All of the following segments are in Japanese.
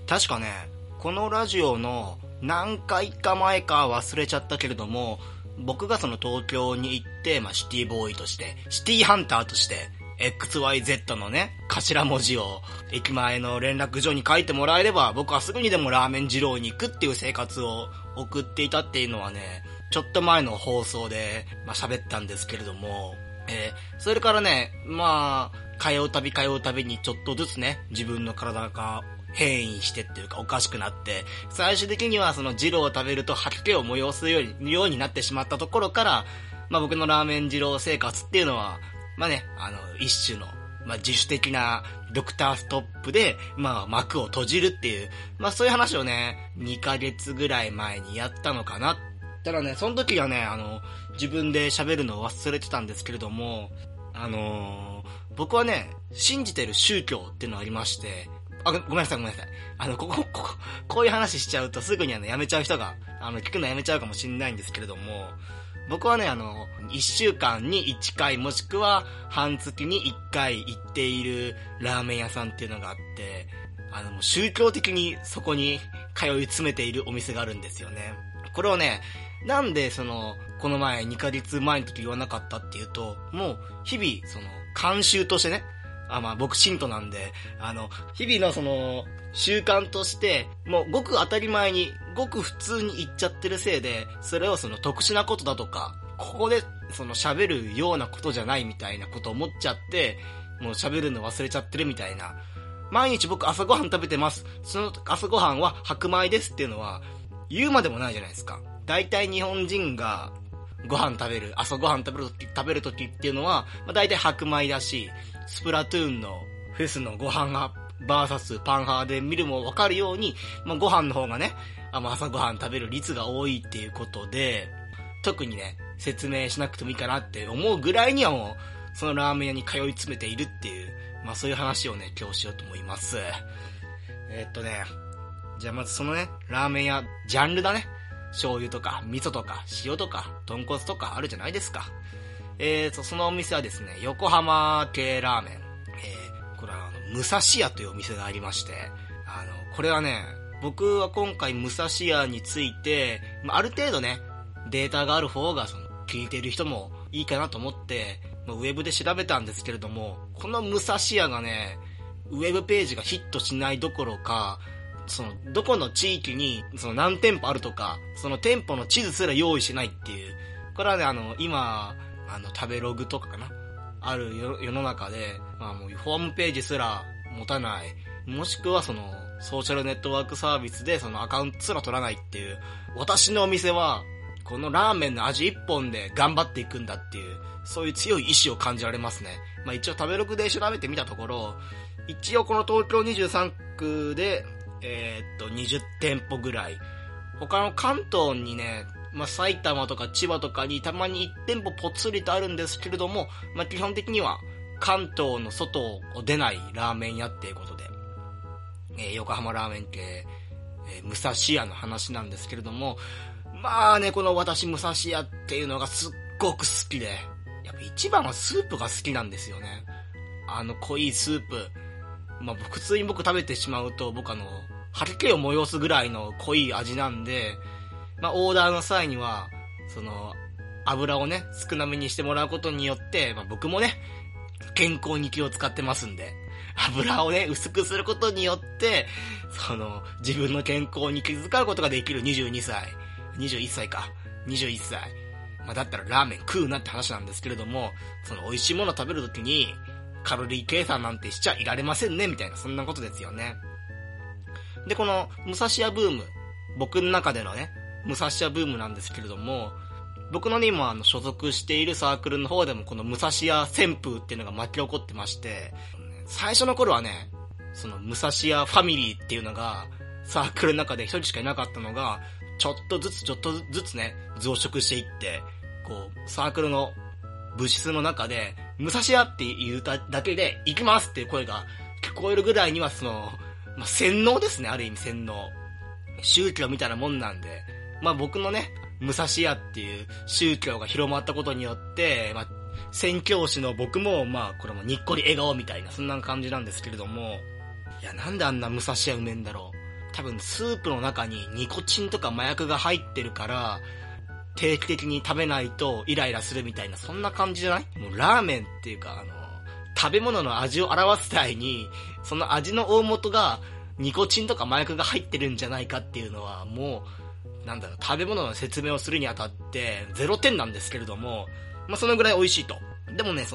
確かね、このラジオの何回か前か忘れちゃったけれども、僕がその東京に行って、シティボーイとして、シティハンターとして、XYZ のね、頭文字を駅前の連絡所に書いてもらえれば、僕はすぐにでもラーメン二郎に行くっていう生活を送っていたっていうのはね、ちょっと前の放送で、喋ったんですけれども、それからね、通うたびにちょっとずつね、自分の体が変異してっていうかおかしくなって、最終的にはその二郎を食べると吐き気を催すようになってしまったところから、僕のラーメン二郎生活っていうのは、一種の、自主的なドクターストップで、幕を閉じるっていう、そういう話をね、2ヶ月ぐらい前にやったのかな。ただね、その時はね、自分で喋るのを忘れてたんですけれども、僕はね、信じてる宗教っていうのがありまして、ごめんなさい。こういう話しちゃうとすぐにやめちゃう人が、聞くのやめちゃうかもしれないんですけれども、僕はね、1週間に1回もしくは半月に1回行っているラーメン屋さんっていうのがあって、宗教的にそこに通い詰めているお店があるんですよね。これをね、なんでこの前2ヶ月前の時言わなかったっていうと、もう日々慣習としてね、僕信徒なんで、日々の習慣として、もうごく当たり前に、ごく普通に言っちゃってるせいで、それを特殊なことだとか、ここで喋るようなことじゃないみたいなことを思っちゃって、もう喋るの忘れちゃってるみたいな。毎日僕朝ごはん食べてます。その朝ごはんは白米ですっていうのは、言うまでもないじゃないですか。大体日本人が朝ごはん食べるときっていうのは、大体白米だし、スプラトゥーンのフェスのご飯派バーサスパン派で見るもわかるように、ご飯の方がね、朝ごはん食べる率が多いっていうことで、特にね、説明しなくてもいいかなって思うぐらいにはもう、そのラーメン屋に通い詰めているっていう、そういう話をね、今日しようと思います。じゃあまずそのね、ラーメン屋、ジャンルだね。醤油とか、味噌とか、塩とか、豚骨とかあるじゃないですか。そのお店はですね、横浜系ラーメン。これは武蔵屋というお店がありまして、これはね、僕は今回武蔵屋について、ある程度ね、データがある方が聞いている人もいいかなと思って、ウェブで調べたんですけれども、この武蔵屋がね、ウェブページがヒットしないどころか、どこの地域に、何店舗あるとか、その店舗の地図すら用意しないっていう。これはね、今、食べログとかかなある世の中で、もうホームページすら持たない。もしくはソーシャルネットワークサービスでアカウントすら取らないっていう。私のお店は、このラーメンの味一本で頑張っていくんだっていう、そういう強い意志を感じられますね。一応食べログで調べてみたところ、一応この東京23区で、20店舗ぐらい。他の関東にね、埼玉とか千葉とかにたまに1店舗ぽつりとあるんですけれども、基本的には関東の外を出ないラーメン屋っていうことで、横浜ラーメン系、武蔵屋の話なんですけれども、この私武蔵屋っていうのがすっごく好きで、やっぱ一番はスープが好きなんですよね。濃いスープ。普通に僕食べてしまうと、僕吐き気を催すぐらいの濃い味なんで、オーダーの際には、油をね、少なめにしてもらうことによって、僕もね、健康に気を使ってますんで、油をね、薄くすることによって、自分の健康に気遣うことができる21歳。だったらラーメン食うなって話なんですけれども、美味しいもの食べるときに、カロリー計算なんてしちゃいられませんね、みたいな、そんなことですよね。で、この、武蔵屋ブーム、僕の中でのね、武蔵屋ブームなんですけれども、僕のにも所属しているサークルの方でもこの武蔵屋旋風っていうのが巻き起こってまして、最初の頃はね、武蔵屋ファミリーっていうのが、サークルの中で一人しかいなかったのが、ちょっとずつね、増殖していって、サークルの部室の中で、武蔵屋って言うだけで、行きますっていう声が聞こえるぐらいには洗脳ですね、ある意味洗脳。宗教みたいなもんなんで、僕のね、武蔵屋っていう宗教が広まったことによって、宣教師の僕も、これもにっこり笑顔みたいな、そんな感じなんですけれども、いや、なんであんな武蔵屋うめんだろ多分スープの中にニコチンとか麻薬が入ってるから、定期的に食べないとイライラするみたいな、そんな感じじゃない？もうラーメンっていうか、食べ物の味を表す際に、その味の大元がニコチンとか麻薬が入ってるんじゃないかっていうのは、もう、食べ物の説明をするにあたって0点なんですけれども、そのぐらい美味しいと。でもね、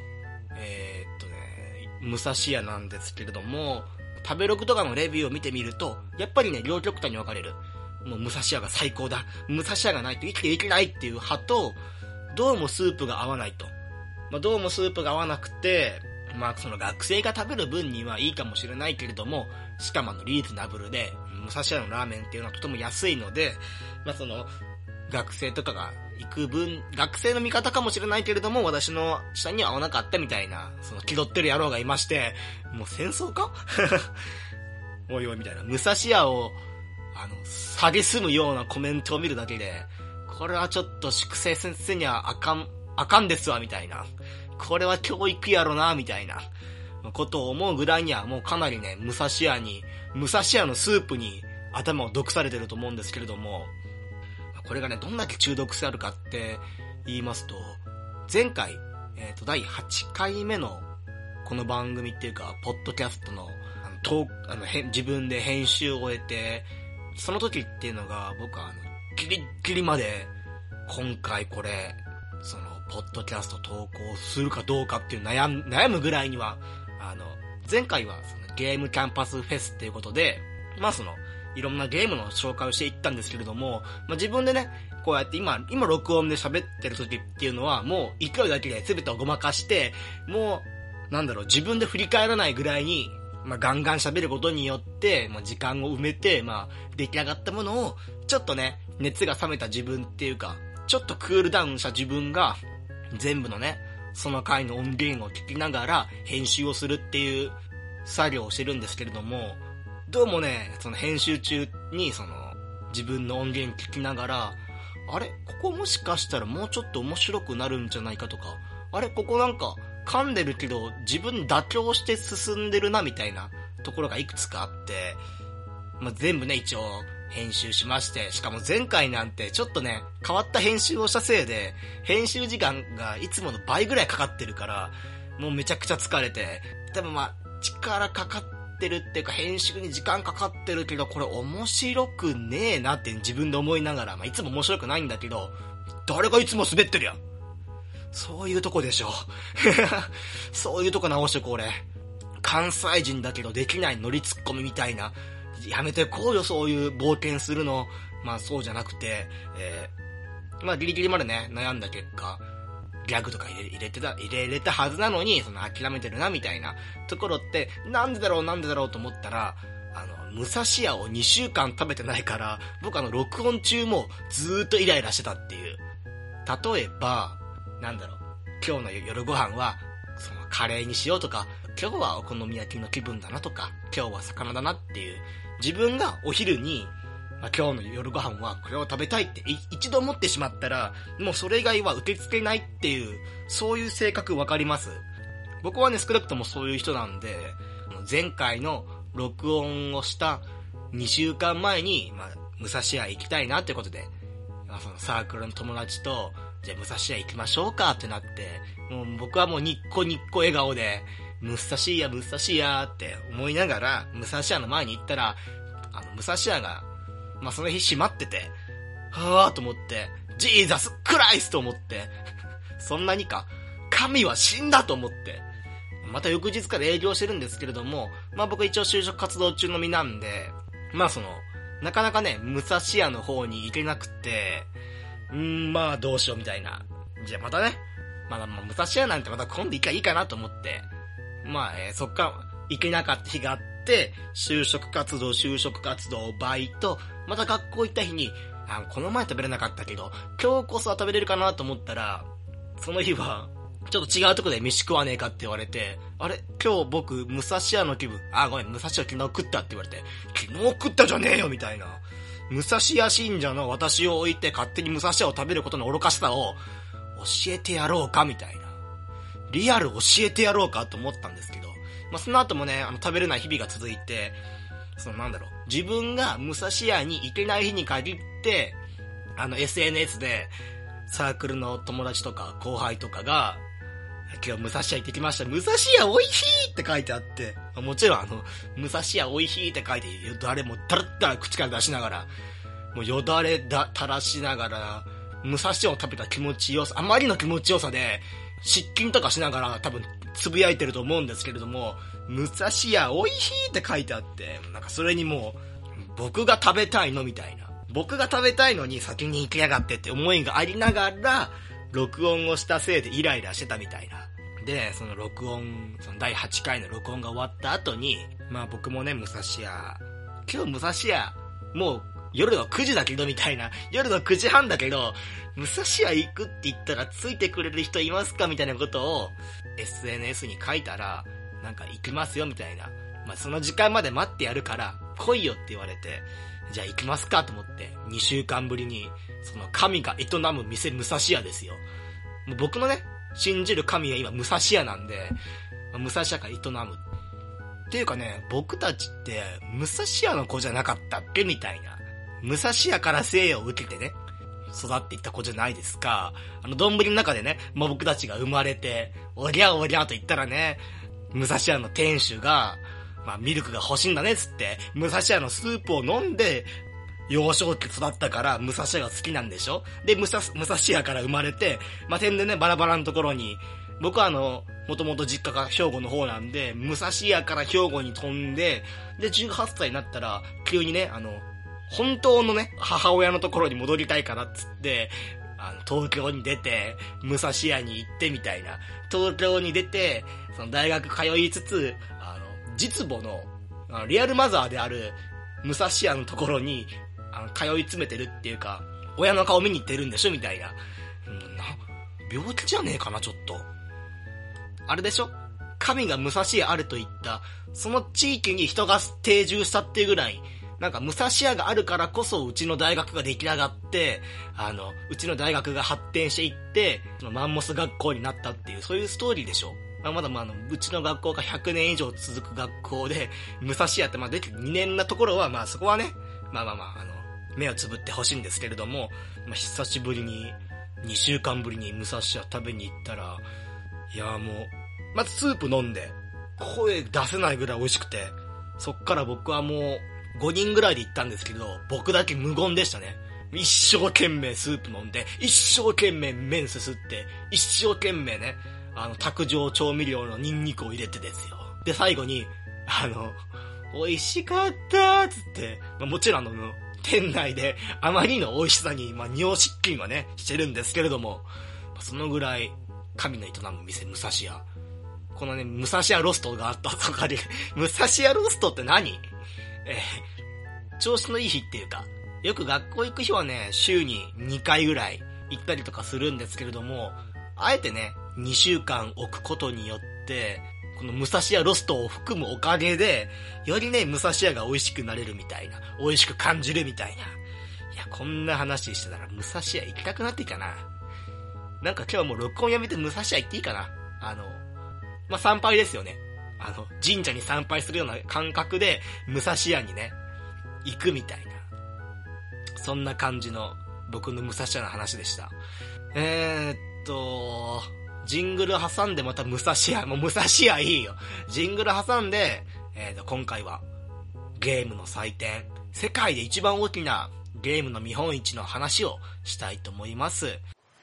武蔵屋なんですけれども、食べログとかのレビューを見てみると、やっぱりね、両極端に分かれる。もう武蔵屋が最高だ。武蔵屋がないと生きていけないっていう派と、どうもスープが合わないと。どうもスープが合わなくて、その学生が食べる分にはいいかもしれないけれども、しかもリーズナブルで、武蔵屋のラーメンっていうのはとても安いので、その、学生とかが行く分、学生の味方かもしれないけれども、私の下には合わなかったみたいな、その気取ってる野郎がいまして、もう戦争かおいおいみたいな。武蔵屋を、蔑むようなコメントを見るだけで、これはちょっと宿生先生にはあかんですわ、みたいな。これは教育やろな、みたいなことを思うぐらいには、もうかなりね、武蔵屋のスープに頭を毒されてると思うんですけれども、これがね、どんだけ中毒性あるかって言いますと、前回、第8回目のこの番組っていうか、ポッドキャストの、自分で編集を終えて、その時っていうのが、僕はギリッギリまで、今回これ、その、ポッドキャスト投稿するかどうかっていう悩むぐらいには、前回はそのゲームキャンパスフェスっていうことで、いろんなゲームの紹介をしていったんですけれども、自分でね、こうやって今録音で喋ってる時っていうのは、もう勢いだけで全てをごまかして、もう、自分で振り返らないぐらいに、ガンガン喋ることによって、時間を埋めて、出来上がったものを、ちょっとね、熱が冷めた自分っていうか、ちょっとクールダウンした自分が、全部のね、その回の音源を聞きながら、編集をするっていう作業をしてるんですけれども、どうもね、その編集中に、自分の音源聞きながら、あれここもしかしたらもうちょっと面白くなるんじゃないかとか、あれここなんか、噛んでるけど自分妥協して進んでるなみたいなところがいくつかあって、全部ね一応編集しまして、しかも前回なんてちょっとね変わった編集をしたせいで編集時間がいつもの倍ぐらいかかってるから、もうめちゃくちゃ疲れて、多分力かかってるっていうか編集に時間かかってるけど、これ面白くねえなって自分で思いながら、いつも面白くないんだけど、誰がいつも滑ってるやん、そういうとこでしょそういうとこ直してこれ。関西人だけどできないノリツッコミみたいな。やめてこうよ、そういう冒険するの。そうじゃなくて、ギリギリまでね、悩んだ結果、ギャグとか入れたはずなのに、諦めてるな、みたいなところって、なんでだろうと思ったら、武蔵屋を2週間食べてないから、僕録音中もずーっとイライラしてたっていう。例えば、今日の夜ご飯はカレーにしようとか、今日はお好み焼きの気分だなとか、今日は魚だなっていう、自分がお昼に、今日の夜ご飯はこれを食べたいって一度思ってしまったら、もうそれ以外は受け付けないっていう、そういう性格わかります。僕はね、少なくともそういう人なんで、前回の録音をした2週間前に、武蔵屋行きたいなってことで、そのサークルの友達と、じゃあ武蔵屋行きましょうかってなって、もう僕はもうニッコニッコ笑顔で、武蔵屋って思いながら、武蔵屋の前に行ったら、武蔵屋が、その日閉まってて、はぁーと思って、ジーザスクライスと思って、そんなにか、神は死んだと思って、また翌日から営業してるんですけれども、僕一応就職活動中の身なんで、なかなかね、武蔵屋の方に行けなくて、どうしようみたいな。じゃあまたね、武蔵屋なんてまた今度行きゃいいかなと思って、そっから行けなかった日があって、就職活動、バイト、また学校行った日に、この前食べれなかったけど、今日こそは食べれるかなと思ったら、その日は、ちょっと違うとこで飯食わねえかって言われて、あれ今日僕、武蔵屋の気分、ごめん、武蔵屋昨日食ったって言われて、昨日食ったじゃねえよみたいな。武蔵屋信者の私を置いて勝手に武蔵屋を食べることの愚かしさを教えてやろうかみたいな。リアル教えてやろうかと思ったんですけど、その後もね、食べれない日々が続いて、 自分が武蔵屋に行けない日に限って、SNS で、サークルの友達とか後輩とかが、今日武蔵屋行ってきました。武蔵屋美味しいって書いてあって、もちろん武蔵屋美味しいって書いて、よだれもだらだら口から出しながら、もうよだれ垂らしながら、武蔵屋を食べた気持ちよさ、あまりの気持ちよさで、失禁とかしながら多分つぶやいてると思うんですけれども、武蔵屋美味しいって書いてあって、なんかそれにもう、僕が食べたいのみたいな。僕が食べたいのに先に行きやがってって思いがありながら、録音をしたせいでイライラしてたみたいな。で、その第8回の録音が終わった後に、まあ僕もね、武蔵屋、今日武蔵屋、もう夜の9時だけどみたいな、夜の9時半だけど、武蔵屋行くって言ったらついてくれる人いますかみたいなことを SNS に書いたら、なんか行きますよみたいな。まあその時間まで待ってやるから来いよって言われて、じゃあ行きますかと思って2週間ぶりにその神が営む店武蔵屋ですよ。もう僕のね、信じる神は今武蔵屋なんで、武蔵屋が営む。っていうかね、僕たちって武蔵屋の子じゃなかったっけみたいな。武蔵屋から生を受けてね、育っていった子じゃないですか。丼の中でね、まあ、僕たちが生まれて、おりゃおりゃと言ったらね、武蔵屋の店主が、まあ、ミルクが欲しいんだねっつって、武蔵屋のスープを飲んで、幼少期育ったから武蔵屋が好きなんでしょ。で、武蔵屋から生まれて、まあ、点でね、バラバラのところに、僕はもともと実家が兵庫の方なんで、武蔵屋から兵庫に飛んで、で、18歳になったら、急にね、本当のね、母親のところに戻りたいからっつって、東京に出て、武蔵屋に行ってみたいな。東京に出て、その大学通いつつ、実母の、リアルマザーである、武蔵屋のところに、通い詰めてるっていうか、親の顔見に行ってるんでしょみたいな。病気じゃねえかな、ちょっと。あれでしょ？神が武蔵屋あると言った、その地域に人が定住したっていうぐらい、なんか武蔵屋があるからこそうちの大学が出来上がって、うちの大学が発展していって、マンモス学校になったっていう、そういうストーリーでしょ。まだうちの学校が100年以上続く学校で、武蔵屋ってでき2年なところは、そこはね、目をつぶってほしいんですけれども、久しぶりに、2週間ぶりに武蔵屋食べに行ったら、いやもう、まずスープ飲んで、声出せないぐらい美味しくて、そっから僕はもう、5人ぐらいで行ったんですけど、僕だけ無言でしたね。一生懸命スープ飲んで、一生懸命麺すすって、一生懸命ね、卓上調味料のニンニクを入れてですよ。で、最後に、美味しかったーつって、もちろん店内であまりの美味しさに、尿失禁はね、してるんですけれども、そのぐらい、神の営む店、武蔵屋。このね、武蔵屋ロストがあったとかで、武蔵屋ロストって何？調子のいい日っていうか、よく学校行く日はね、週に2回ぐらい行ったりとかするんですけれども、あえてね、2週間置くことによって、この武蔵屋ロストを含むおかげで、よりね、武蔵屋が美味しくなれるみたいな、美味しく感じるみたいな。いや、こんな話してたら武蔵屋行きたくなっていいかな。なんか今日はもう録音やめて武蔵屋行っていいかな。参拝ですよね。神社に参拝するような感覚で、武蔵屋にね、行くみたいな。そんな感じの、僕の武蔵屋の話でした。ジングル挟んでまた武蔵屋、もう武蔵屋いいよ。ジングル挟んで、今回は、ゲームの祭典、世界で一番大きなゲームの見本市の話をしたいと思います。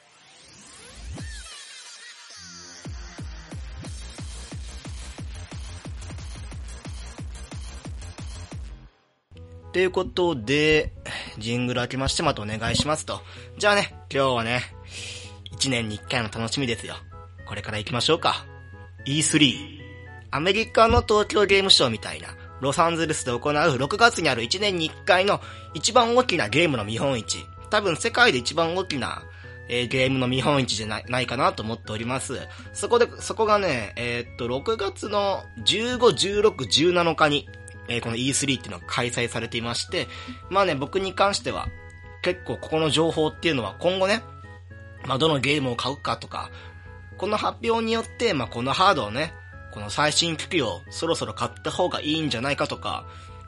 ということで、ジングル開けましてまたお願いしますと。じゃあね、今日はね、1年に1回の楽しみですよ。これから行きましょうか。E3。アメリカの東京ゲームショウみたいな、ロサンゼルスで行う6月にある1年に1回の一番大きなゲームの見本市。多分世界で一番大きな、ゲームの見本市じゃないかなと思っております。そこがね、6月の15、16、17日に、この E3 っていうのが開催されていまして、僕に関しては、結構ここの情報っていうのは今後ね、どのゲームを買うかとか、この発表によって、このハードをね、この最新機器をそろそろ買った方がいいんじゃないかとか、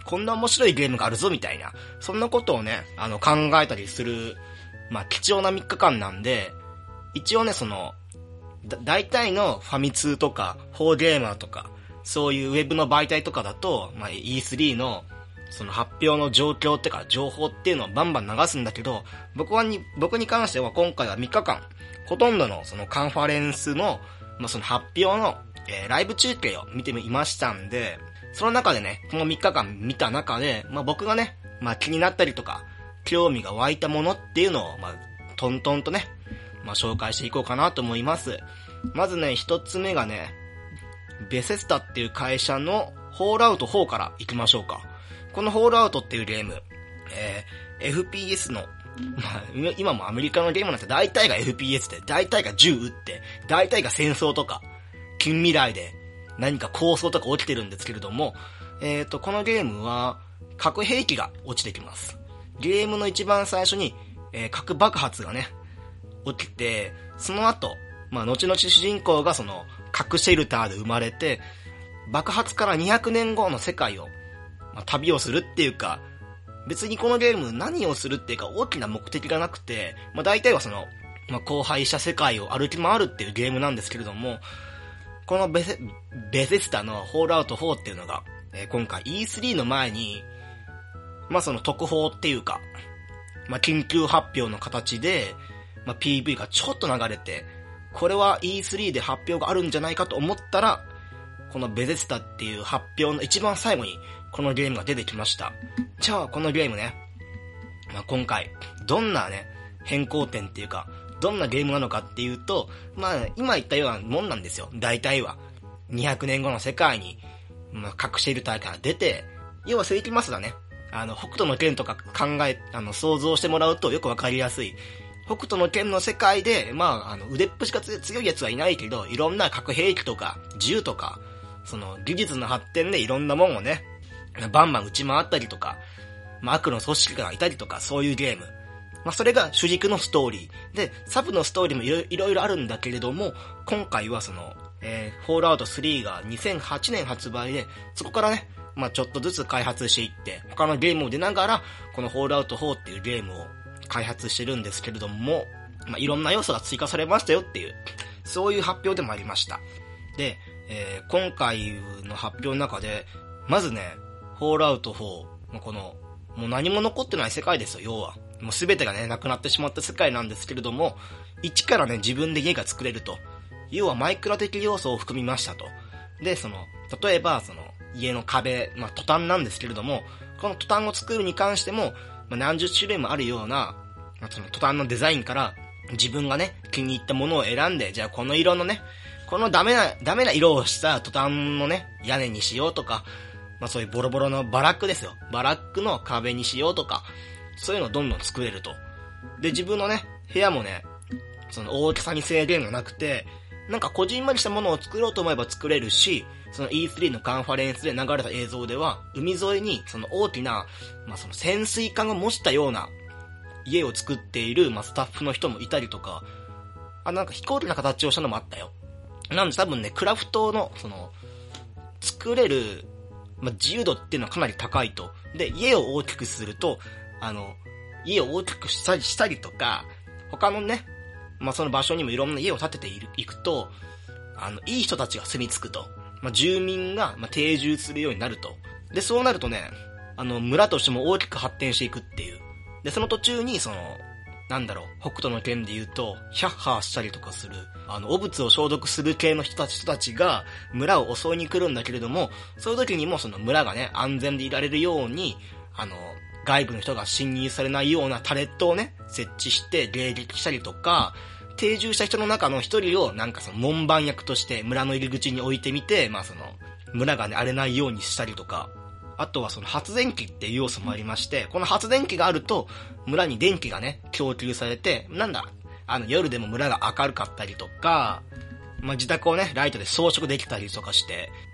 こんな面白いゲームがあるぞみたいな、そんなことをね、考えたりする、貴重な3日間なんで、一応ね、大体のファミ通とか、4ゲーマーとか、そういうウェブの媒体とかだと、E3 の、その発表の状況ってか、情報っていうのをバンバン流すんだけど、僕に関しては今回は3日間、ほとんどのそのカンファレンスの、その発表の、ライブ中継を見てみましたんで、その中でね、この3日間見た中で、僕がね、気になったりとか、興味が湧いたものっていうのを、トントンとね、紹介していこうかなと思います。まずね、一つ目がね、ベセスタっていう会社のホールアウト4から行きましょうか。このホールアウトっていうゲーム、FPS の、今もアメリカのゲームなんて大体が FPS で、大体が銃撃って、大体が戦争とか、近未来で何か抗争とか起きてるんですけれども、このゲームは核兵器が落ちてきます。ゲームの一番最初に、核爆発がね、起きて、その後、後々主人公がその核シェルターで生まれて、爆発から200年後の世界を、旅をするっていうか、別にこのゲーム何をするっていうか大きな目的がなくて、大体はその、荒廃した世界を歩き回るっていうゲームなんですけれども、このベセスタのホールアウト4っていうのが、今回 E3 の前に、その特報っていうか、緊急発表の形で、PV がちょっと流れて、これは E3 で発表があるんじゃないかと思ったら、このベゼスタっていう発表の一番最後にこのゲームが出てきました。じゃあこのゲームね、今回どんなね変更点っていうかどんなゲームなのかっていうと、今言ったようなもんなんですよ。大体は200年後の世界に、核シェルターから出て、要は世紀末だね。北斗の拳とか想像してもらうとよくわかりやすい。北斗の拳の世界で、腕っぷしが強いやつはいないけど、いろんな核兵器とか銃とか、その技術の発展でいろんなもんをね、バンバン打ち回ったりとか、悪の組織がいたりとか、そういうゲーム。それが主軸のストーリー。で、サブのストーリーもいろいろあるんだけれども、今回はその、フォールアウト3が2008年発売で、そこからね、ちょっとずつ開発していって、他のゲームを出ながら、このフォールアウト4っていうゲームを開発してるんですけれども、いろんな要素が追加されましたよっていう、そういう発表でもありました。で、今回の発表の中で、まずね、フォールアウト4のこの、もう何も残ってない世界ですよ、要は。もう全てがね、なくなってしまった世界なんですけれども、一からね、自分で家が作れると。要はマイクラ的要素を含みましたと。で、例えば、家の壁、トタンなんですけれども、このトタンを作るに関しても、何十種類もあるような、そのトタンのデザインから、自分がね、気に入ったものを選んで、じゃあこの色のね、このダメな色をしたトタンのね、屋根にしようとか、そういうボロボロのバラックですよ。バラックの壁にしようとか、そういうのをどんどん作れると。で、自分のね、部屋もね、その大きさに制限がなくて、なんかこじんまりしたものを作ろうと思えば作れるし、その E3 のカンファレンスで流れた映像では、海沿いにその大きな、その潜水艦を模したような家を作っている、スタッフの人もいたりとか、なんか飛行機の形をしたのもあったよ。なんで多分ね、クラフトの、作れる、自由度っていうのはかなり高いと。で、家を大きくすると、家を大きくしたりとか、他のね、その場所にもいろんな家を建てていくと、いい人たちが住み着くと。住民が、定住するようになると。で、そうなるとね、村としても大きく発展していくっていう。で、その途中に、北斗の拳で言うと、ヒャッハーしたりとかする、汚物を消毒する系の人たちが、村を襲いに来るんだけれども、そういう時にもその村がね、安全でいられるように、外部の人が侵入されないようなタレットをね、設置して迎撃したりとか、定住した人の中の一人をなんか門番役として村の入り口に置いてみて、村がね、荒れないようにしたりとか、あとは発電機っていう要素もありまして、この発電機があると、村に電気がね、供給されて、夜でも村が明るかったりとか、自宅をね、ライトで装飾できたりとかして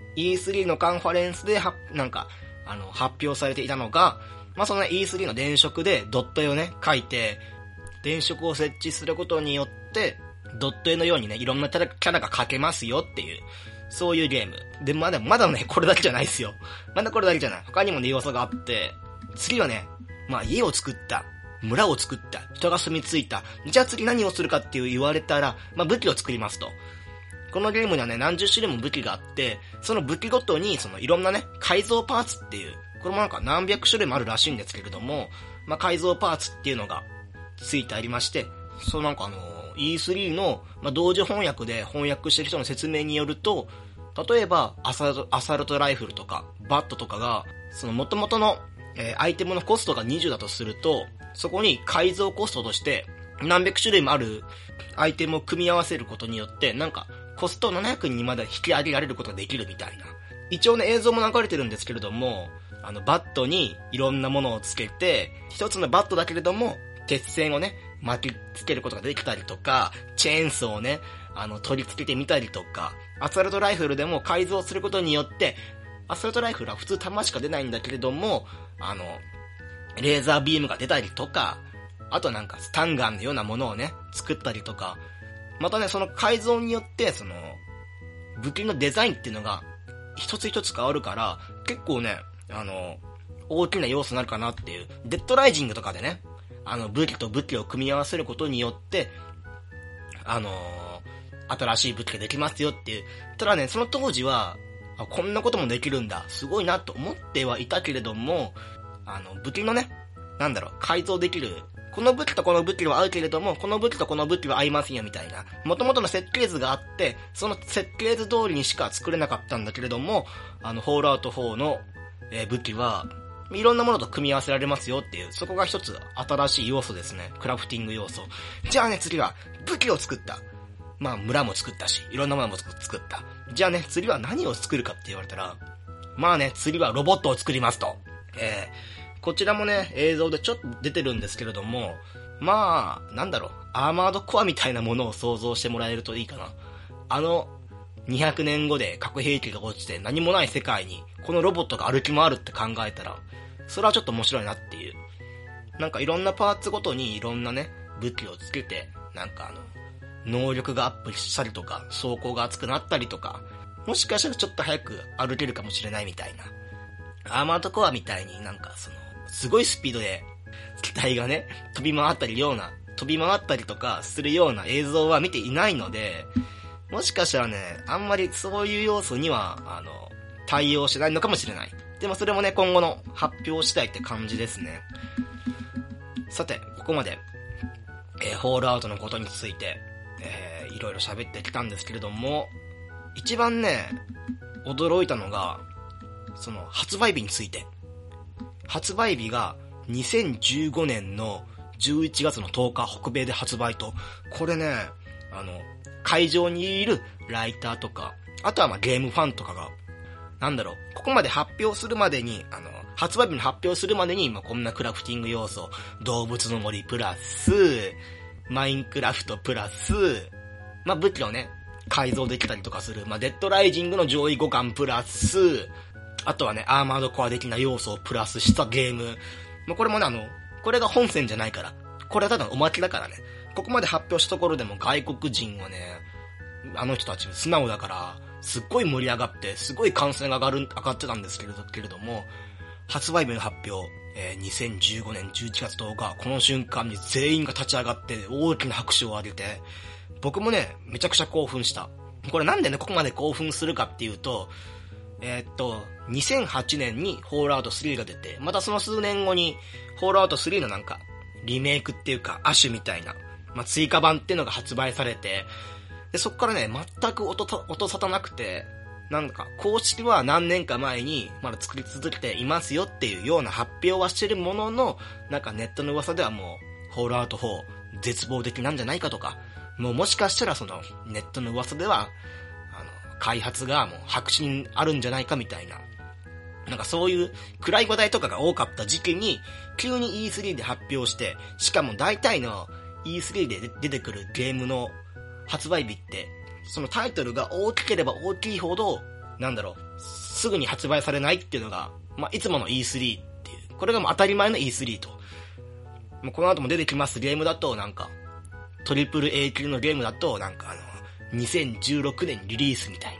、E3 のカンファレンスで発表されていたのが、その E3 の電飾でドット絵をね、描いて、電飾を設置することによって、ドット絵のようにね、いろんなキャラが描けますよっていう、 そういうゲーム。で、まだね、これだけじゃないですよ。まだこれだけじゃない。他にもね、要素があって、次はね、家を作った。村を作った。人が住み着いた。じゃあ次何をするかって言われたら、武器を作りますと。このゲームにはね、何十種類も武器があって、その武器ごとに、いろんなね、改造パーツっていう、これもなんか何百種類もあるらしいんですけれども、改造パーツっていうのがついてありまして、なんかE3 の、同時翻訳で翻訳してる人の説明によると、例えばアサルトライフルとかバットとかが元々の、アイテムのコストが20だとすると、そこに改造コストとして何百種類もあるアイテムを組み合わせることによってなんかコスト700にまで引き上げられることができるみたいな。一応ね映像も流れてるんですけれども、バットにいろんなものをつけて、一つのバットだけれども鉄線をね巻きつけることができたりとか、チェーンソーをね取り付けてみたりとか、アサルトライフルでも改造することによって、アサルトライフルは普通弾しか出ないんだけれども、レーザービームが出たりとか、あとなんかスタンガンのようなものをね作ったりとか、またねその改造によって武器のデザインっていうのが一つ一つ変わるから、結構ね大きな要素になるかなっていう。デッドライジングとかでね武器と武器を組み合わせることによって新しい武器ができますよっていう。ただねその当時はこんなこともできるんだ、すごいなと思ってはいたけれども、武器のね改造できる、この武器とこの武器は合うけれども、この武器とこの武器は合いませんよみたいな、元々の設計図があって、その設計図通りにしか作れなかったんだけれども、ホールアウト4の、武器はいろんなものと組み合わせられますよっていう、そこが一つ新しい要素ですね。クラフティング要素。じゃあね次は武器を作った。村も作ったし、いろんなものも作った。じゃあね次は何を作るかって言われたら、次はロボットを作りますと。こちらもね映像でちょっと出てるんですけれども、アーマードコアみたいなものを想像してもらえるといいかな。200年後で核兵器が落ちて何もない世界にこのロボットが歩き回るって考えたら、それはちょっと面白いなっていう。なんかいろんなパーツごとにいろんなね武器をつけて、能力がアップしたりとか、走行が熱くなったりとか、もしかしたらちょっと早く歩けるかもしれないみたいな。アーマードコアみたいにすごいスピードで機体がね飛び回ったりとかするような映像は見ていないので、もしかしたらねあんまりそういう要素には対応しないのかもしれない。でもそれもね今後の発表次第って感じですね。さてここまで、ホールアウトのことについて、いろいろ喋ってきたんですけれども、一番ね驚いたのが発売日について。発売日が2015年の11月の10日北米で発売と。これね会場にいるライターとか、あとはゲームファンとかがここまで発表するまでに発売日に発表するまでにこんなクラフティング要素、動物の森プラスマインクラフトプラス武器をね改造できたりとかするデッドライジングの上位互換プラス、あとはねアーマードコア的な要素をプラスしたゲーム。これもねこれが本線じゃないから、これはただのおまけだからね。ここまで発表したところでも外国人はね人たち素直だからすっごい盛り上がって、すごい歓声が上がってたんですけれども、発売日の発表、2015年11月10日、この瞬間に全員が立ち上がって大きな拍手を上げて、僕もねめちゃくちゃ興奮した。これなんでねここまで興奮するかっていうと、2008年にホールアウト3が出て、またその数年後にホールアウト3のリメイクっていうか亜種みたいな、追加版っていうのが発売されて、でそっからね全く音沙汰なくて、公式は何年か前にまだ作り続けていますよっていうような発表はしてるものの、ネットの噂ではもうホールアウト4絶望的なんじゃないかとか、もしかしたらネットの噂では開発がもう白紙にあるんじゃないかみたいな、そういう暗い話題とかが多かった時期に急に E3 で発表して、しかも大体の E3 で出てくるゲームの発売日ってそのタイトルが大きければ大きいほどすぐに発売されないっていうのが、いつもの E3 っていう、これがもう当たり前の E3 と。この後も出てきますゲームだとトリプル A 級のゲームだと2016年リリースみたいな、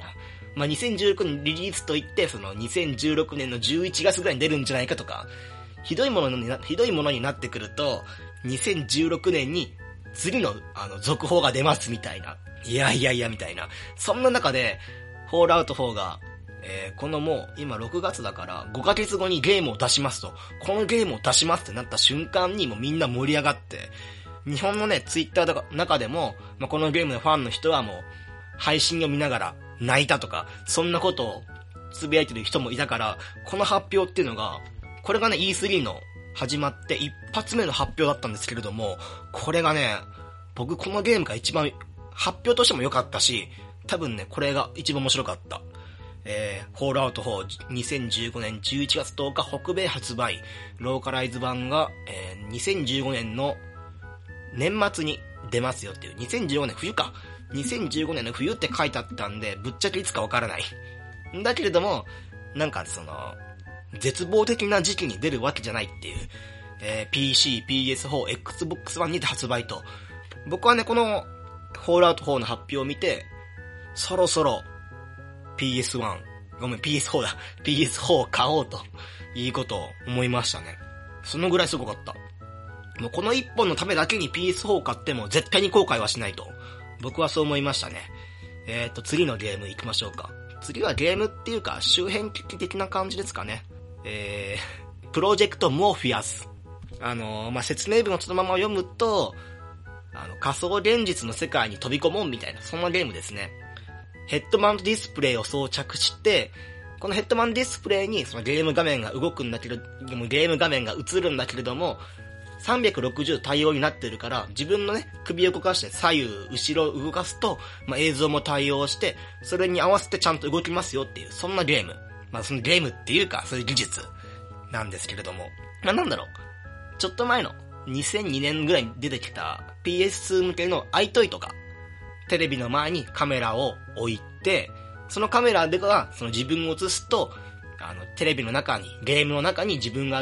まあ、2016年リリースといって、その2016年の11月ぐらいに出るんじゃないかとか、ひどいものになってくると、2016年に次の続報が出ますみたいな。いやみたいな。そんな中で、フォールアウト4が、このもう今6月だから5ヶ月後にゲームを出しますと、このゲームを出しますってなった瞬間にもうみんな盛り上がって、日本のね、ツイッターの中でも、まあ、このゲームのファンの人はもう、配信を見ながら泣いたとか、そんなことをつぶやいてる人もいたから、この発表っていうのが、これがね、E3 の始まって一発目の発表だったんですけれども、これがね、僕このゲームが一番発表としても良かったし、多分ね、これが一番面白かった。フォールアウト4、2015年11月10日北米発売、ローカライズ版が、2015年の年末に出ますよっていう、2015年冬か。2015年の冬って書いてあったんで、ぶっちゃけいつかわからない。だけれども、なんかその、絶望的な時期に出るわけじゃないっていう、PC、PS4、Xbox One にて発売と。僕はね、この、フォールアウト4の発表を見て、そろそろ、PS4、PS4 だ。PS4 を買おうと、いうことを思いましたね。そのぐらいすごかった。もうこの一本のためだけに PS4 を買っても絶対に後悔はしないと。僕はそう思いましたね。次のゲーム行きましょうか。次はゲームっていうか周辺機器的な感じですかね。プロジェクトモーフィアス。まあ、説明文をそのまま読むと、仮想現実の世界に飛び込もうみたいな、そんなゲームですね。ヘッドマウントディスプレイを装着して、このヘッドマウントディスプレイにそのゲーム画面が動くんだけど、ゲーム画面が映るんだけれども、360対応になってるから、自分のね、首を動かして左右、後ろを動かすと、まあ、映像も対応して、それに合わせてちゃんと動きますよっていう、そんなゲーム。まあ、そのゲームっていうか、そういう技術なんですけれども。まあ、なんだろう。ちょっと前の2002年ぐらいに出てきた PS2 向けのiToyとか、テレビの前にカメラを置いて、そのカメラではその自分を映すと、テレビの中に、ゲームの中に自分が映って、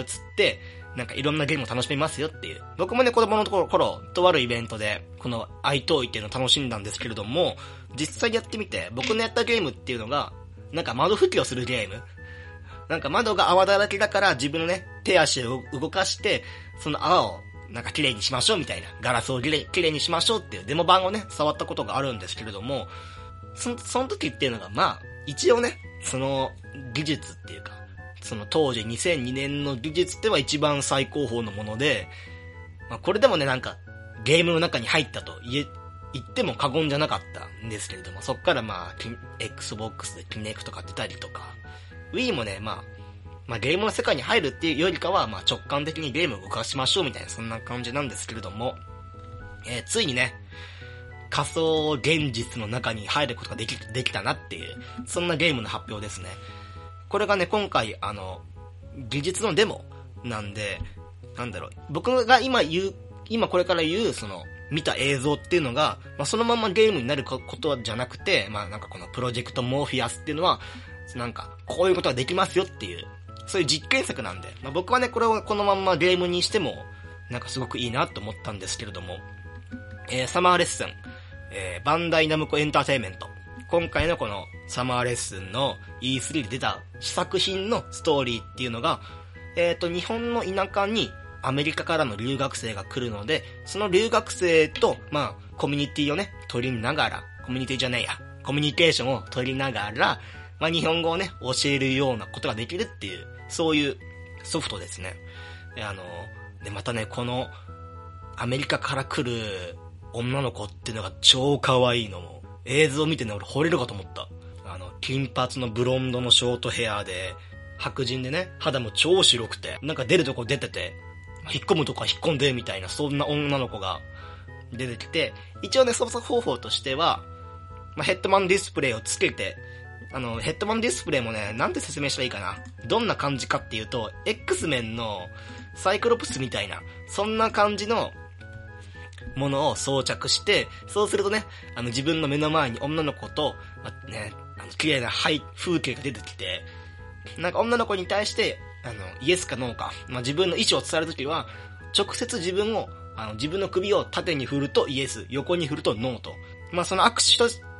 なんかいろんなゲームを楽しめますよっていう。僕もね、子供の頃、とあるイベントで、このiToyっていうのを楽しんだんですけれども、実際やってみて、僕のやったゲームっていうのが、なんか窓拭きをするゲーム。なんか窓が泡だらけだから自分のね、手足を動かして、その泡をなんか綺麗にしましょうみたいな。ガラスを綺麗にしましょうっていうデモ版をね、触ったことがあるんですけれども、その時っていうのが、まあ、一応ね、その技術っていうか、その当時2002年の技術では一番最高峰のもので、まあこれでもね、なんかゲームの中に入ったと言っても過言じゃなかったんですけれども、そっからまあ、Xbox で Kinect とか出たりとか、Wii もね、まあゲームの世界に入るっていうよりかは、まあ直感的にゲームを動かしましょうみたいな、そんな感じなんですけれども、ついにね、仮想現実の中に入ることができたなっていう、そんなゲームの発表ですね。これがね、今回、技術のデモなんで、なんだろう、僕が今これから言う、その、見た映像っていうのが、まあ、そのままゲームになることじゃなくて、まあ、なんかこのプロジェクトモーフィアスっていうのは、なんか、こういうことができますよっていう、そういう実験作なんで、まあ、僕はね、これをこのままゲームにしても、なんかすごくいいなと思ったんですけれども、サマーレッスン、バンダイナムコエンターテイメント。今回のこのサマーレッスンの E3 で出た試作品のストーリーっていうのが、日本の田舎にアメリカからの留学生が来るので、その留学生と、まあ、コミュニティをね、取りながら、コミュニケーションを取りながら、まあ、日本語をね、教えるようなことができるっていう、そういうソフトですね。で、またね、この、アメリカから来る女の子っていうのが超可愛いのも、映像を見てね、俺惚れるかと思った。金髪のブロンドのショートヘアで、白人でね、肌も超白くて、なんか出るとこ出てて、引っ込むとこは引っ込んで、みたいな、そんな女の子が出てきて、一応ね、操作方法としては、まあ、ヘッドマンディスプレイをつけて、ヘッドマンディスプレイもね、なんて説明したらいいかな。どんな感じかっていうと、X メンのサイクロプスみたいな、そんな感じの、ものを装着して、そうするとね、自分の目の前に女の子と、ね、綺麗な風景が出てきて、なんか女の子に対して、イエスかノーか、まあ、自分の意思を伝えるときは、直接自分の首を縦に振るとイエス、横に振るとノーと。まあ、そのアクシ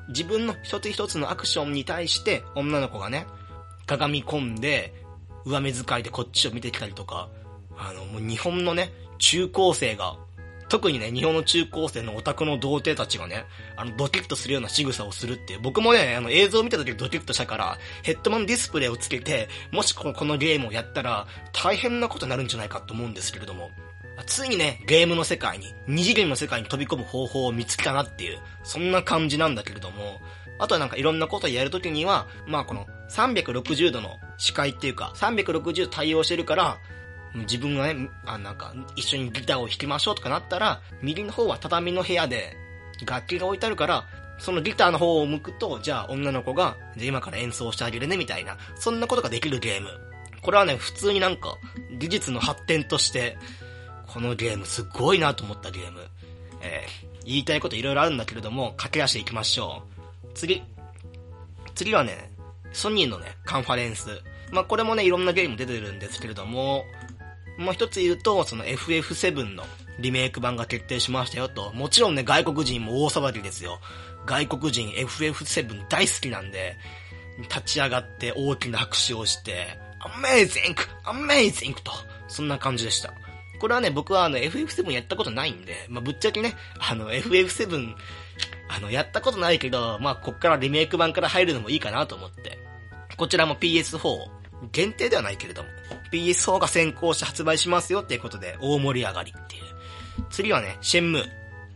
自分の一つ一つのアクションに対して女の子がね、かがみ込んで、上目遣いでこっちを見てきたりとか、もう日本のね、中高生が、特にね、日本の中高生のオタクの童貞たちがね、ドキッとするような仕草をするっていう、僕もね、映像を見た時ドキッとしたから、ヘッドマンディスプレイをつけて、もしこのゲームをやったら、大変なことになるんじゃないかと思うんですけれども、ついにね、ゲームの世界に、二次元の世界に飛び込む方法を見つけたなっていう、そんな感じなんだけれども、あとはなんかいろんなことをやるときには、まあこの360度の視界っていうか、360対応してるから、自分がね、なんか一緒にギターを弾きましょうとかなったら、右の方は畳の部屋で楽器が置いてあるから、そのギターの方を向くと、じゃあ女の子が、じゃあ今から演奏してあげるねみたいな、そんなことができるゲーム。これはね、普通になんか、技術の発展として、このゲームすごいなと思ったゲーム。言いたいこといろいろあるんだけれども、駆け足でいきましょう。次はね、ソニーのね、カンファレンス。まあ、これもね、いろんなゲーム出てるんですけれども、もう一つ言うと、その FF7 のリメイク版が決定しましたよと。もちろんね、外国人も大騒ぎですよ。外国人 FF7 大好きなんで、立ち上がって大きな拍手をして、Amazing! と、そんな感じでした。これはね、僕はFF7 やったことないんで、まあ、ぶっちゃけね、FF7、やったことないけど、まあ、こっからリメイク版から入るのもいいかなと思って。こちらも PS4、限定ではないけれども、PS4 が先行して発売しますよっていうことで、大盛り上がりっていう。次はね、シェンムー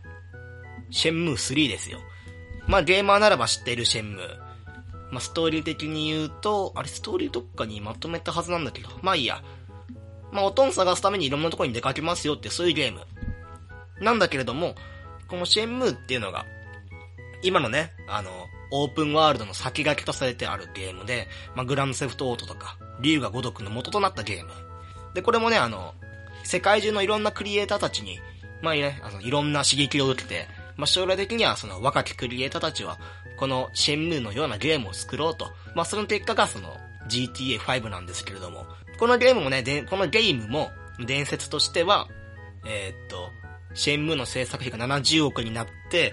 3ですよ。まあ、ゲーマーならば知っているシェンムー。まあ、ストーリー的に言うと、あれストーリーどっかにまとめたはずなんだけど、まあいいや。まあ、音を探すためにいろんなところに出かけますよってそういうゲーム。なんだけれども、このシェンムーっていうのが、今のね、オープンワールドの先駆けとされてあるゲームで、まあ、グランドセフトオートとか、竜が如くの元となったゲーム。で、これもね、世界中のいろんなクリエイターたちに、まあね、いろんな刺激を受けて、まあ、将来的にはその若きクリエイターたちは、このシェンムーのようなゲームを作ろうと。まあ、その結果がその GTA5 なんですけれども、このゲームも伝説としては、シェンムーの制作費が70億になって、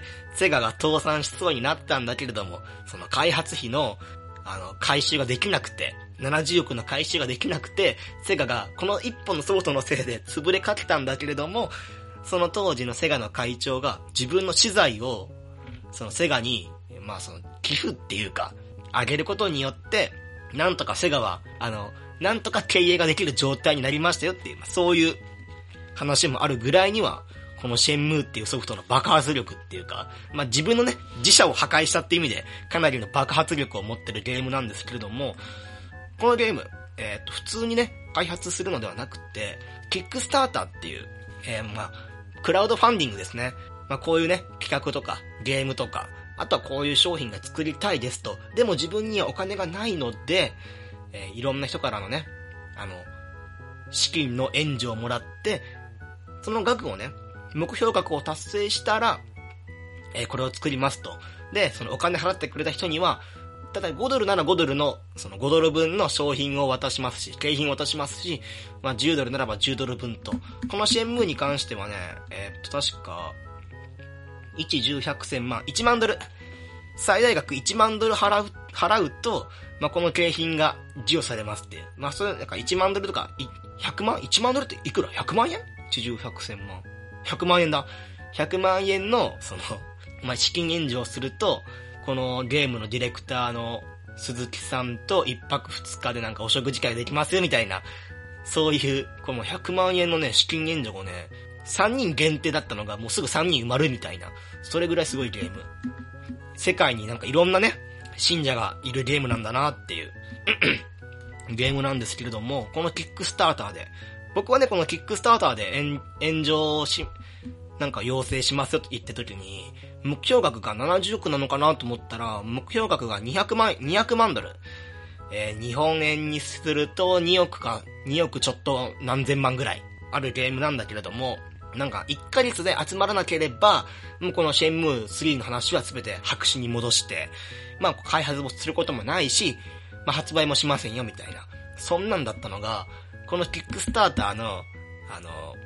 セガが倒産しそうになったんだけれども、その開発費の、回収ができなくて、70億の回収ができなくて、セガがこの一本のソフトのせいで潰れかけたんだけれども、その当時のセガの会長が自分の資材を、そのセガに、まあその寄付っていうか、あげることによって、なんとかセガは、なんとか経営ができる状態になりましたよっていう、そういう話もあるぐらいには、このシェンムーっていうソフトの爆発力っていうか、まあ、自分のね、自社を破壊したって意味で、かなりの爆発力を持ってるゲームなんですけれども、このゲーム、普通にね、開発するのではなくて、キックスターターっていう、まあ、クラウドファンディングですね。まあ、こういうね、企画とか、ゲームとか、あとはこういう商品が作りたいですと。でも自分にはお金がないので、いろんな人からのね、資金の援助をもらって、その額をね、目標額を達成したら、これを作りますと。で、そのお金払ってくれた人には、ただ5ドルなら5ドルの、その5ドル分の商品を渡しますし、景品を渡しますし、まあ10ドルならば10ドル分と。このシェンムーに関してはね、確か、1、10、100、1000万、1万ドル。最大額1万ドル払うと、まあこの景品が授与されますって。まあそれ、なんか1万ドルとか、100万 ?1 万ドルっていくら ?100 万円 ?10、100、1000万。100万円だ。100万円の、まあ、資金援助をすると、このゲームのディレクターの鈴木さんと1泊2日でなんかお食事会できますよみたいな、そういう、この100万円のね、資金援助がね、3人限定だったのがもうすぐ3人埋まるみたいな、それぐらいすごいゲーム。世界になんかいろんなね、信者がいるゲームなんだなっていう、ゲームなんですけれども、このキックスターターで、僕はね、このキックスターターで炎上なんか要請しますよと言った時に、目標額が70億なのかなと思ったら、目標額が200万ドル。日本円にすると2億ちょっと何千万ぐらいあるゲームなんだけれども、なんか1ヶ月で集まらなければ、もうこのシェンムー3の話は全て白紙に戻して、まあ開発もすることもないし、まあ発売もしませんよみたいな。そんなんだったのが、このキックスターターの、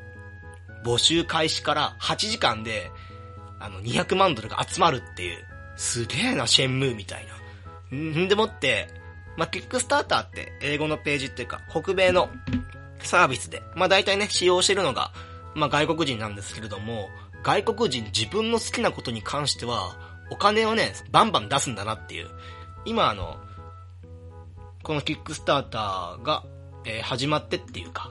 募集開始から8時間で、200万ドルが集まるっていう、 すげえな、シェンムーみたいな。んでもって、キックスターターって英語のページっていうか、北米のサービスで、大体ね、使用してるのが、外国人なんですけれども、外国人自分の好きなことに関しては、お金をね、バンバン出すんだなっていう。今このキックスターターが、始まってっていうか、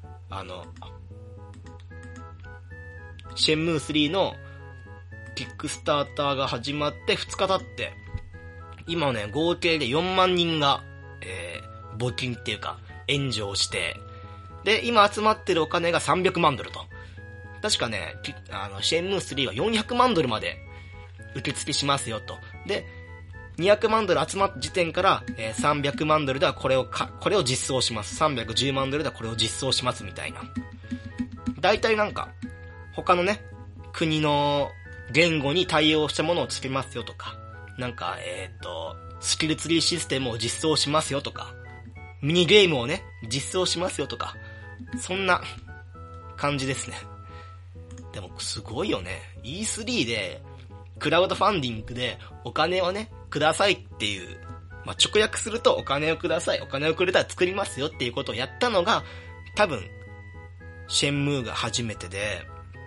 シェンムー3のキックスターターが始まって2日経って、今ね、合計で4万人が、募金っていうか、援助をして、で、今集まってるお金が300万ドルと。確かね、シェンムー3は400万ドルまで受付しますよと。で、200万ドル集まった時点から、300万ドルではこれを実装します。310万ドルではこれを実装しますみたいな。大体なんか、他のね、国の言語に対応したものをつけますよとか、なんか、スキルツリーシステムを実装しますよとか、ミニゲームをね、実装しますよとか、そんな感じですね。でもすごいよね。E3 で、クラウドファンディングでお金をね、くださいっていう、直訳するとお金をください、お金をくれたら作りますよっていうことをやったのが、多分、シェンムーが初めてで、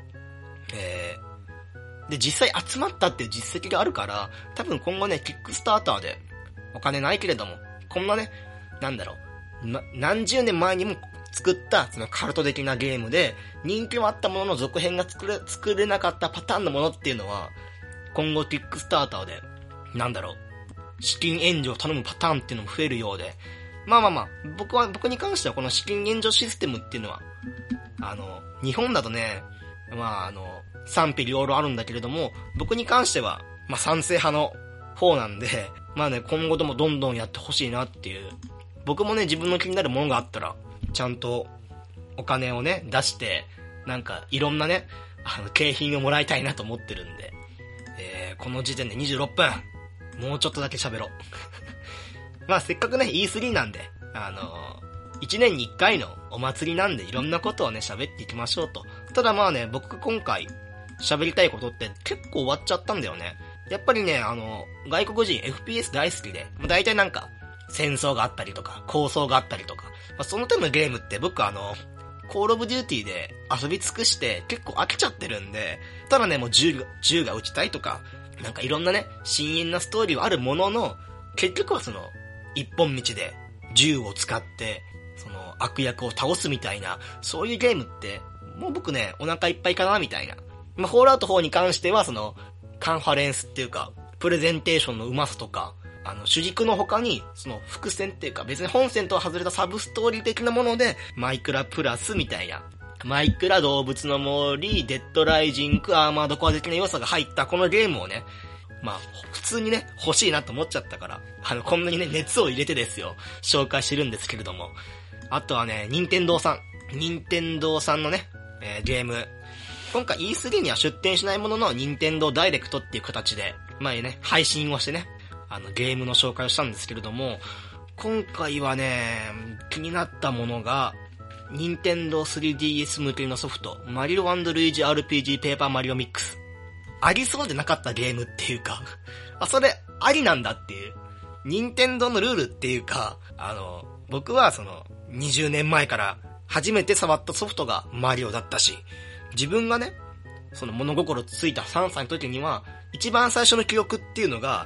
で、実際集まったっていう実績があるから、多分今後ね、キックスターターで、お金ないけれども、こんなね、何十年前にも作ったそのカルト的なゲームで、人気はあったものの続編が作れなかったパターンのものっていうのは、今後キックスターターで、資金援助を頼むパターンっていうのも増えるようで、僕に関してはこの資金援助システムっていうのは、日本だとね、賛否両論あるんだけれども、僕に関しては、賛成派の方なんで、今後ともどんどんやってほしいなっていう。僕もね、自分の気になるものがあったら、ちゃんとお金をね、出して、いろんなね、景品をもらいたいなと思ってるんで、この時点で26分。もうちょっとだけ喋ろう。せっかくね、E3 なんで、1年に1回のお祭りなんでいろんなことをね、喋っていきましょうと。ただ僕が今回喋りたいことって結構終わっちゃったんだよね。やっぱりね、外国人 FPS 大好きで、大体戦争があったりとか、抗争があったりとか、その手のゲームって僕コールオブデューティーで遊び尽くして結構飽きちゃってるんで、ただね、もう銃が撃ちたいとか、いろんなね、深遠なストーリーはあるものの、結局は一本道で銃を使って、悪役を倒すみたいな、そういうゲームって、もう僕ね、お腹いっぱいかな、みたいな。ホールアウト4に関しては、カンファレンスっていうか、プレゼンテーションの上手さとか、主軸の他に、伏線っていうか、別に本線とは外れたサブストーリー的なもので、マイクラプラスみたいな、マイクラ動物の森、デッドライジング、アーマードコア的な要素が入ったこのゲームをね、普通にね、欲しいなと思っちゃったから、こんなにね、熱を入れてですよ、紹介してるんですけれども。あとはね、任天堂さんのね、ゲーム。今回 E3 には出展しないものの、任天堂ダイレクトっていう形で、配信をしてね、ゲームの紹介をしたんですけれども、今回はね、気になったものが、任天堂 3DS 向けのソフト、マリオ&ルイージ RPG ペーパーマリオミックス。ありそうでなかったゲームっていうか、それ、ありなんだっていう。任天堂のルールっていうか、僕は20年前から初めて触ったソフトがマリオだったし、自分がね、物心ついた3歳の時には、一番最初の記憶っていうのが、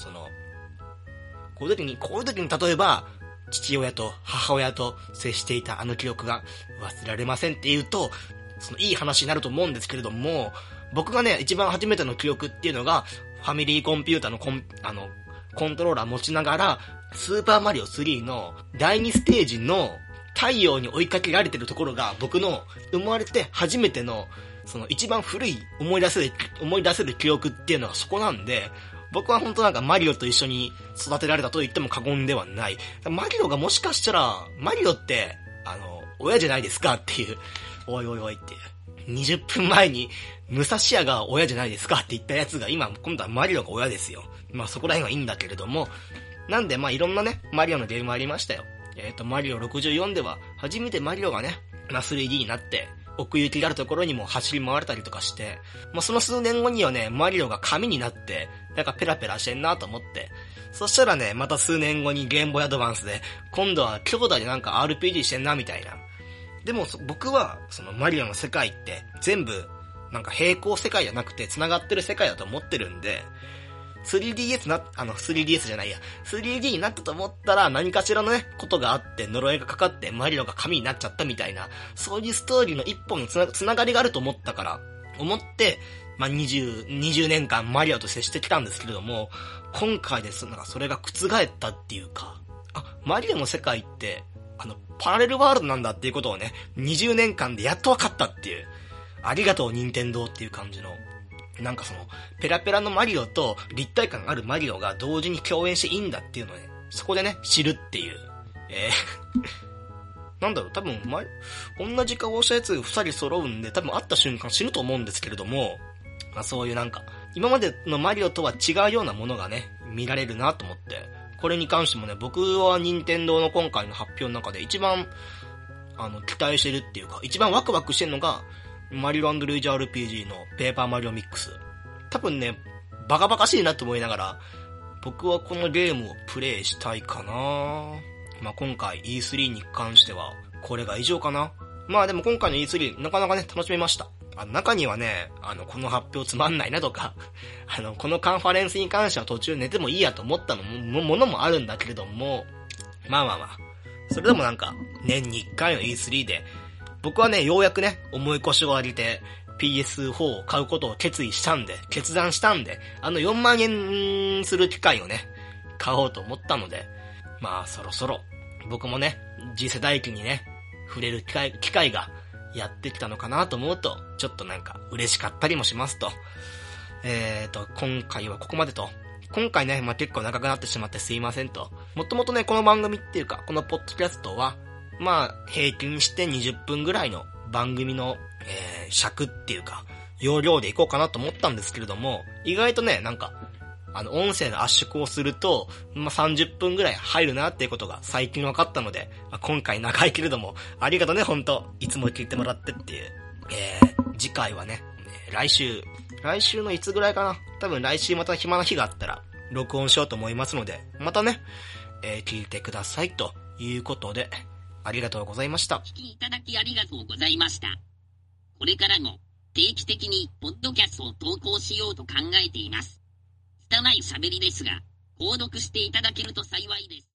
こういう時に例えば、父親と母親と接していた記憶が忘れられませんって言うと、いい話になると思うんですけれども、僕がね、一番初めての記憶っていうのが、ファミリーコンピューターのコントローラー持ちながら、スーパーマリオ3の第2ステージの太陽に追いかけられてるところが僕の生まれて初めての一番古い思い出せる記憶っていうのがそこなんで、僕は本当マリオと一緒に育てられたと言っても過言ではない。マリオがもしかしたら、マリオって、親じゃないですかっていう、おいおいおいっていう。20分前に、武蔵屋が親じゃないですかって言ったやつが今度はマリオが親ですよ。そこら辺はいいんだけれども、なんでいろんなね、マリオのゲームありましたよ。マリオ64では、初めてマリオがね、3D になって、奥行きがあるところにも走り回れたりとかして、その数年後にはね、マリオが紙になって、 だからペラペラしてんなと思って。そしたらね、また数年後にゲームボーイアドバンスで、今度は兄弟でなんか RPG してんなみたいな。でも僕は、そのマリオの世界って全部、なんか平行世界じゃなくて繋がってる世界だと思ってるんで、3DS じゃないや、3D になったと思ったら何かしらのね、ことがあって呪いがかかってマリオが神になっちゃったみたいな、そういうストーリーの一本につながりがあると思って、まあ、20年間マリオと接してきたんですけれども、今回です。なんかそれが覆ったっていうか、マリオの世界って、パラレルワールドなんだっていうことをね、20年間でやっと分かったっていう、ありがとう任天堂っていう感じの、なんかその、ペラペラのマリオと立体感あるマリオが同時に共演していいんだっていうのをね、そこでね、知るっていう。なんだろう、多分、同じ顔をしたやつ二人揃うんで、多分会った瞬間死ぬと思うんですけれども、まあそういうなんか、今までのマリオとは違うようなものがね、見られるなと思って、これに関してもね、僕は任天堂の今回の発表の中で一番、期待してるっていうか、一番ワクワクしてるのが、マリオ&ルイージ RPG のペーパーマリオミックス。多分ね、バカバカしいなと思いながら、僕はこのゲームをプレイしたいかな。まあ今回 E3 に関しては、これが以上かな。まあでも今回の E3 なかなかね、楽しめました。中にはね、この発表つまんないなとか、このカンファレンスに関しては途中寝てもいいやと思ったものもあるんだけれども、まあ。それでもなんか、年に1回の E3 で、僕はね、ようやくね、重い腰を上げて、PS4 を買うことを決断したんで、4万円する機械をね、買おうと思ったので、まあそろそろ、僕もね、次世代機にね、触れる機会がやってきたのかなと思うと、ちょっとなんか嬉しかったりもしますと。今回はここまでと。今回ね、まあ、結構長くなってしまってすいませんと。もともとね、この番組っていうか、このポッドキャストは、まあ、平均して20分ぐらいの番組の、尺っていうか、容量でいこうかなと思ったんですけれども、意外とね、なんか、音声の圧縮をすると、まあ、30分ぐらい入るなっていうことが最近分かったので、まあ、今回長いけれども、ありがとね、ほんと。いつも聞いてもらってっていう。次回はね、来週のいつぐらいかな。多分来週また暇な日があったら、録音しようと思いますので、またね、聞いてくださいということで、ありがとうございました。 お聞きいただきありがとうございました。これからも定期的にポッドキャストを投稿しようと考えています。拙い喋りですが、購読していただけると幸いです。